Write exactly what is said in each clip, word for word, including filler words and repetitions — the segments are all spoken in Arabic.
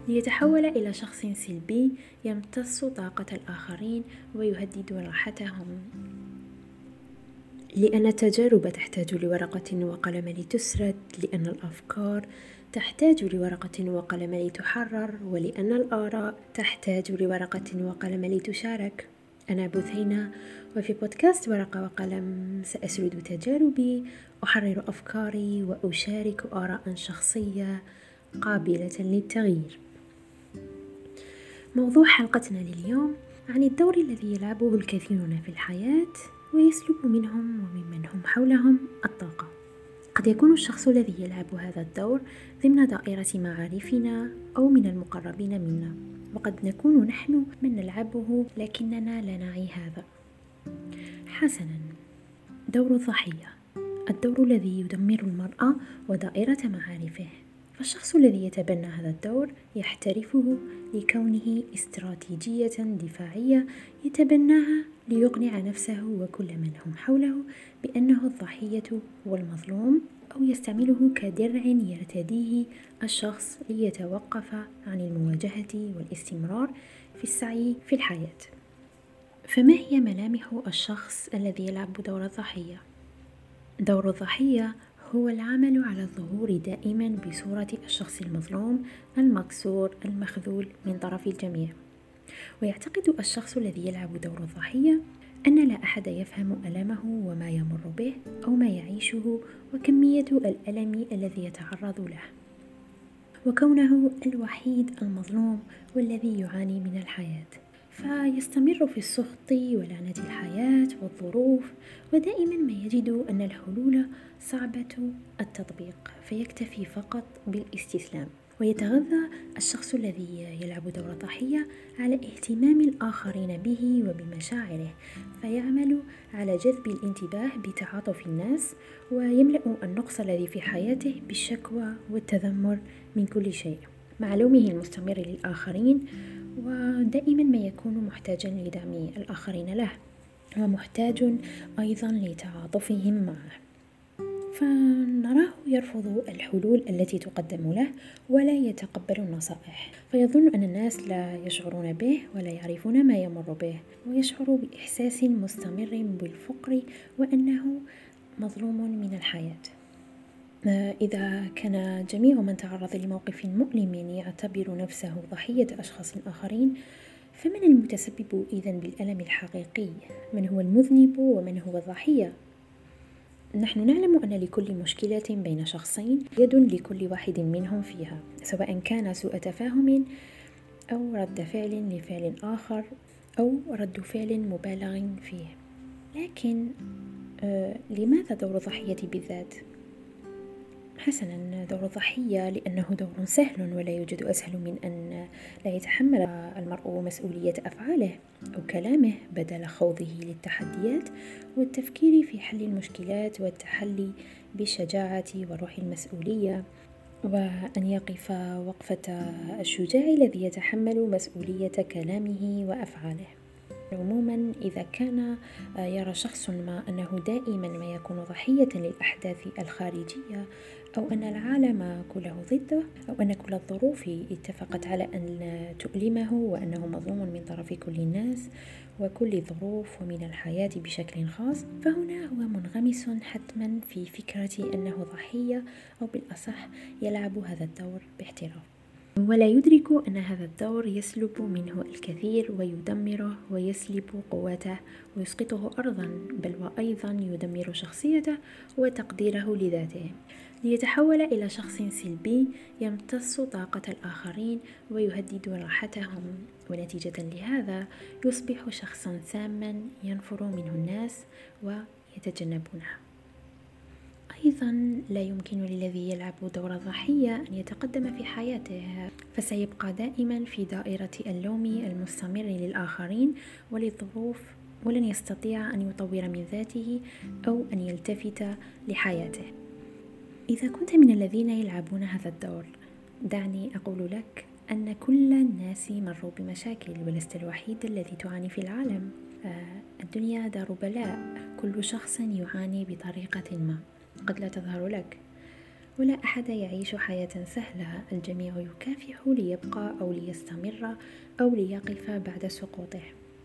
ليتحول إلى شخص سلبي يمتص طاقة الآخرين ويهدد راحتهم. لأن التجارب تحتاج لورقة وقلم لتسرد، لأن الأفكار تحتاج لورقة وقلم لتحرر، ولأن الآراء تحتاج لورقة وقلم لتشارك. أنا بثينة، وفي بودكاست ورقة وقلم سأسرد تجاربي، أحرر أفكاري، وأشارك آراء شخصية قابلة للتغيير. موضوع حلقتنا لليوم عن الدور الذي يلعبه الكثيرون في الحياة ويسلب منهم وممن هم حولهم الطاقة. قد يكون الشخص الذي يلعب هذا الدور ضمن دائرة معارفنا أو من المقربين منا، وقد نكون نحن من نلعبه لكننا لا نعي هذا. حسناً، دور الضحية، الدور الذي يدمر المرأة ودائرة معارفه. فالشخص الذي يتبنى هذا الدور يحترفه لكونه استراتيجية دفاعية يتبناها ليقنع نفسه وكل من هم حوله بأنه الضحية والمظلوم، أو يستعمله كدرع يرتديه الشخص ليتوقف عن المواجهة والاستمرار في السعي في الحياة. فما هي ملامح الشخص الذي يلعب دور الضحية؟ دور الضحية هو العمل على الظهور دائما بصورة الشخص المظلوم المكسور المخذول من طرف الجميع. ويعتقد الشخص الذي يلعب دور الضحية أن لا أحد يفهم ألمه وما يمر به أو ما يعيشه وكمية الألم الذي يتعرض له، وكونه الوحيد المظلوم والذي يعاني من الحياة، فيستمر في السخط ولعنة الحياة والظروف، ودائما ما يجد أن الحلول صعبة التطبيق، فيكتفي فقط بالاستسلام. ويتغذى الشخص الذي يلعب دور الضحية على اهتمام الآخرين به وبمشاعره، فيعمل على جذب الانتباه بتعاطف الناس، ويملأ النقص الذي في حياته بالشكوى والتذمر من كل شيء، مع لومه المستمر للآخرين، ودائما ما يكون محتاجا لدعم الآخرين له، ومحتاج أيضا لتعاطفهم معه. فنراه يرفض الحلول التي تقدم له ولا يتقبل النصائح، فيظن أن الناس لا يشعرون به ولا يعرفون ما يمر به، ويشعر بإحساس مستمر بالفقر وأنه مظلوم من الحياة. إذا كان جميع من تعرض لموقف مؤلم يعتبر نفسه ضحية أشخاص آخرين، فمن المتسبب إذن بالألم الحقيقي؟ من هو المذنب ومن هو الضحية؟ نحن نعلم أن لكل مشكلة بين شخصين يد لكل واحد منهم فيها، سواء كان سوء تفاهم أو رد فعل لفعل آخر أو رد فعل مبالغ فيه. لكن آه لماذا دور الضحية بالذات؟ حسنا، دور الضحية لأنه دور سهل، ولا يوجد أسهل من أن لا يتحمل المرء مسؤولية أفعاله أو كلامه بدل خوضه للتحديات والتفكير في حل المشكلات والتحلي بالشجاعة وروح المسؤولية، وأن يقف وقفة الشجاع الذي يتحمل مسؤولية كلامه وأفعاله. عموما، إذا كان يرى شخص ما أنه دائما ما يكون ضحية للأحداث الخارجية، أو أن العالم كله ضده، أو أن كل الظروف اتفقت على أن تؤلمه وأنه مظلوم من طرف كل الناس وكل الظروف ومن الحياة بشكل خاص، فهنا هو منغمس حتما في فكرة أنه ضحية، أو بالأصح يلعب هذا الدور باحتراف، ولا يدرك أن هذا الدور يسلب منه الكثير ويدمره ويسلب قوته ويسقطه أرضا، بل وأيضا يدمر شخصيته وتقديره لذاته، ليتحول إلى شخص سلبي يمتص طاقة الآخرين ويهدد راحتهم. ونتيجة لهذا يصبح شخصا ساما ينفر منه الناس ويتجنبونه. أيضا لا يمكن للذي يلعب دور الضحية أن يتقدم في حياته، فسيبقى دائما في دائرة اللوم المستمر للآخرين وللظروف، ولن يستطيع أن يطور من ذاته أو أن يلتفت لحياته. إذا كنت من الذين يلعبون هذا الدور، دعني أقول لك أن كل الناس مروا بمشاكل، ولست الوحيد الذي تعاني في العالم. الدنيا دار بلاء، كل شخص يعاني بطريقة ما، قد لا تظهر لك، ولا أحد يعيش حياة سهلة، الجميع يكافح ليبقى أو ليستمر أو ليقف بعد سقوطه.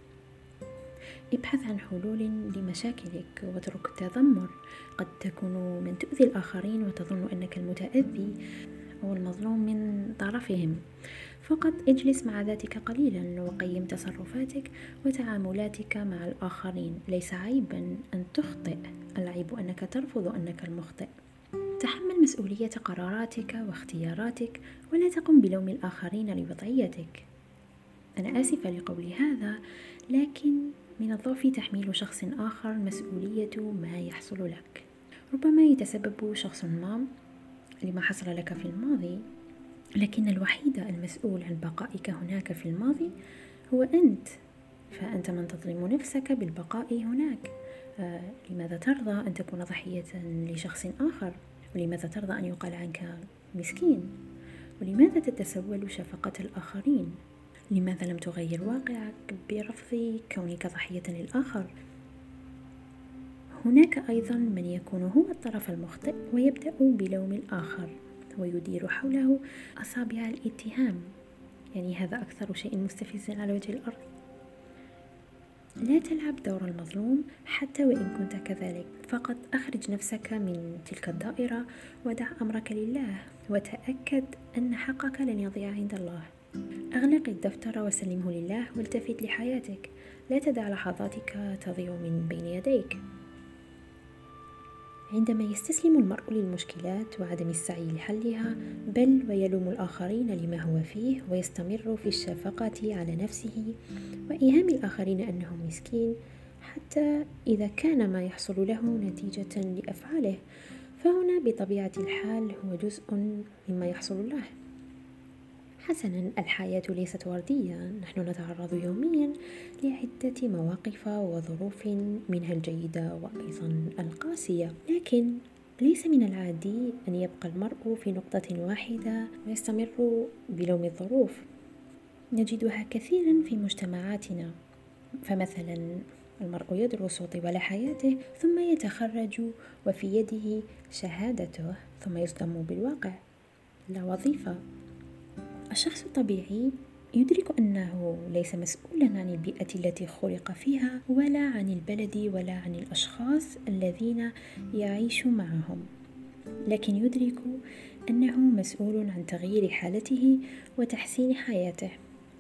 ابحث عن حلول لمشاكلك واترك التذمر. قد تكون من تؤذي الآخرين وتظن أنك المتأذي أو المظلوم من طرفهم. فقط اجلس مع ذاتك قليلا وقيم تصرفاتك وتعاملاتك مع الآخرين. ليس عيبا أن تخطئ، العيب أنك ترفض أنك المخطئ. تحمل مسؤولية قراراتك واختياراتك ولا تقم بلوم الآخرين لوضعيتك. أنا آسفة لقول هذا، لكن من الضعف تحميل شخص آخر مسؤولية ما يحصل لك. ربما يتسبب شخص ما لما حصل لك في الماضي، لكن الوحيد المسؤول عن بقائك هناك في الماضي هو أنت، فأنت من تظلم نفسك بالبقاء هناك. آه، لماذا ترضى أن تكون ضحية لشخص آخر؟ ولماذا ترضى أن يقال عنك مسكين؟ ولماذا تتسول شفقة الآخرين؟ لماذا لم تغير واقعك برفض كونك ضحية للآخر؟ هناك أيضا من يكون هو الطرف المخطئ ويبدأ بلوم الآخر ويدير حوله أصابع الاتهام. يعني هذا أكثر شيء مستفز على وجه الأرض. لا تلعب دور المظلوم حتى وإن كنت كذلك، فقط أخرج نفسك من تلك الدائرة ودع أمرك لله، وتأكد أن حقك لن يضيع عند الله. أغلق الدفتر وسلمه لله والتفت لحياتك. لا تدع لحظاتك تضيع من بين يديك. عندما يستسلم المرء للمشكلات وعدم السعي لحلها بل ويلوم الآخرين لما هو فيه ويستمر في الشفقة على نفسه وإيهام الآخرين أنه مسكين حتى إذا كان ما يحصل له نتيجة لأفعاله، فهنا بطبيعة الحال هو جزء مما يحصل له. حسنا، الحياة ليست وردية، نحن نتعرض يوميا لعدة مواقف وظروف منها الجيدة وأيضا القاسية، لكن ليس من العادي أن يبقى المرء في نقطة واحدة ويستمر بلوم الظروف. نجدها كثيرا في مجتمعاتنا، فمثلا المرء يدرس طوال حياته ثم يتخرج وفي يده شهادته ثم يصدم بالواقع، لا وظيفة. الشخص الطبيعي يدرك أنه ليس مسؤولا عن البيئة التي خلق فيها ولا عن البلد ولا عن الأشخاص الذين يعيش معهم، لكن يدرك أنه مسؤول عن تغيير حالته وتحسين حياته.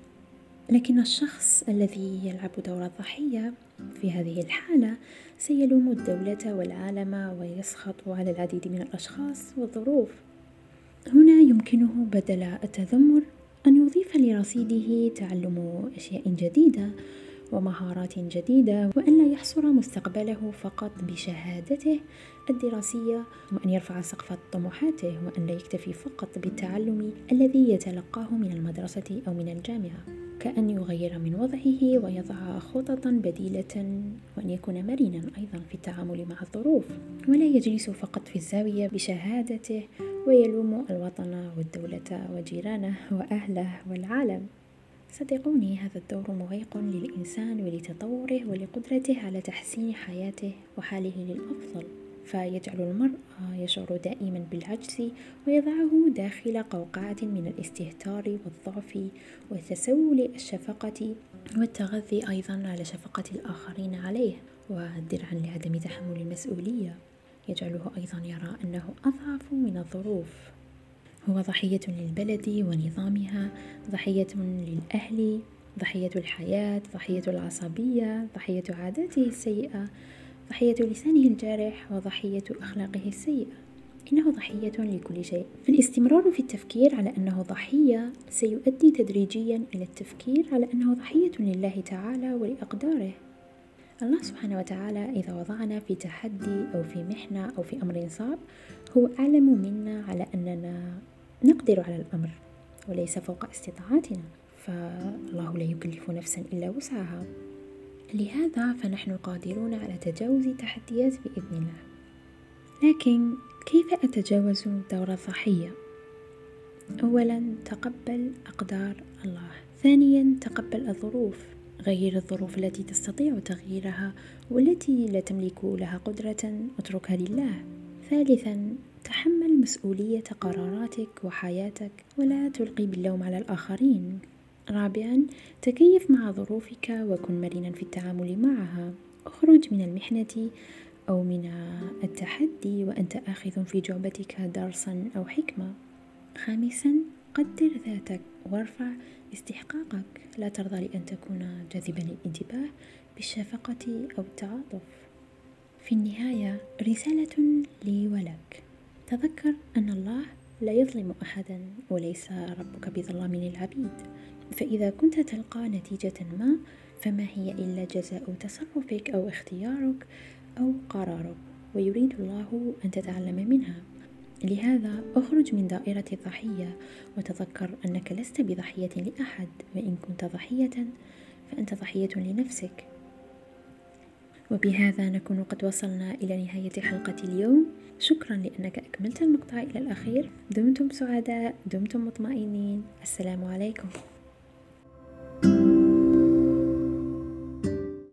لكن الشخص الذي يلعب دور الضحية في هذه الحالة سيلوم الدولة والعالم ويسخط على العديد من الأشخاص والظروف. هنا يمكنه بدل التذمر أن يضيف لرصيده تعلم أشياء جديدة ومهارات جديدة، وأن لا يحصر مستقبله فقط بشهادته الدراسية، وأن يرفع سقف طموحاته، وأن لا يكتفي فقط بالتعلم الذي يتلقاه من المدرسة أو من الجامعة، كأن يغير من وضعه ويضع خططا بديلة، وأن يكون مرنا أيضا في التعامل مع الظروف، ولا يجلس فقط في الزاوية بشهادته ويلوم الوطن والدولة وجيرانه وأهله والعالم. صدقوني، هذا الدور معيق للإنسان ولتطوره ولقدرته على تحسين حياته وحاله للأفضل، فيجعل المرء يشعر دائما بالعجز ويضعه داخل قوقعة من الاستهتار والضعف وتسول الشفقة والتغذي أيضا على شفقة الآخرين عليه، ودرعا لعدم تحمل المسؤولية يجعله أيضا يرى أنه أضعف من الظروف. هو ضحية للبلد ونظامها، ضحية للأهل، ضحية الحياة، ضحية العصبية، ضحية عاداته السيئة، ضحية لسانه الجارح، وضحية أخلاقه السيئة. إنه ضحية لكل شيء. فالاستمرار في التفكير على أنه ضحية سيؤدي تدريجيا إلى التفكير على أنه ضحية لله تعالى ولأقداره. الله سبحانه وتعالى إذا وضعنا في تحدي أو في محنة أو في أمر صعب هو أعلم منا على أننا نقدر على الأمر وليس فوق استطاعتنا، فالله لا يكلف نفسا إلا وسعها، لهذا فنحن قادرون على تجاوز تحديات بإذن الله. لكن كيف أتجاوز دور الضحية؟ أولا، تقبل أقدار الله. ثانيا، تقبل الظروف، غير الظروف التي تستطيع تغييرها والتي لا تملك لها قدرة اتركها لله. ثالثا، تحمل تحمل مسؤولية قراراتك وحياتك ولا تلقي باللوم على الآخرين. رابعا، تكيف مع ظروفك وكن مرنا في التعامل معها. اخرج من المحنة أو من التحدي وأنت آخذ في جعبتك درسا أو حكمة. خامسا، قدر ذاتك وارفع استحقاقك، لا ترضى لأن تكون جاذبا للانتباه بالشفقة أو التعاطف. في النهاية رسالة لي ولك: تذكر أن الله لا يظلم أحدا وليس ربك بظلام للعبيد، فإذا كنت تلقى نتيجة ما فما هي إلا جزاء تصرفك أو اختيارك أو قرارك، ويريد الله أن تتعلم منها. لهذا اخرج من دائرة الضحية وتذكر أنك لست بضحية لأحد، وإن كنت ضحية فأنت ضحية لنفسك. وبهذا نكون قد وصلنا إلى نهاية حلقة اليوم. شكرا لأنك أكملت المقطع إلى الأخير. دمتم سعداء، دمتم مطمئنين. السلام عليكم.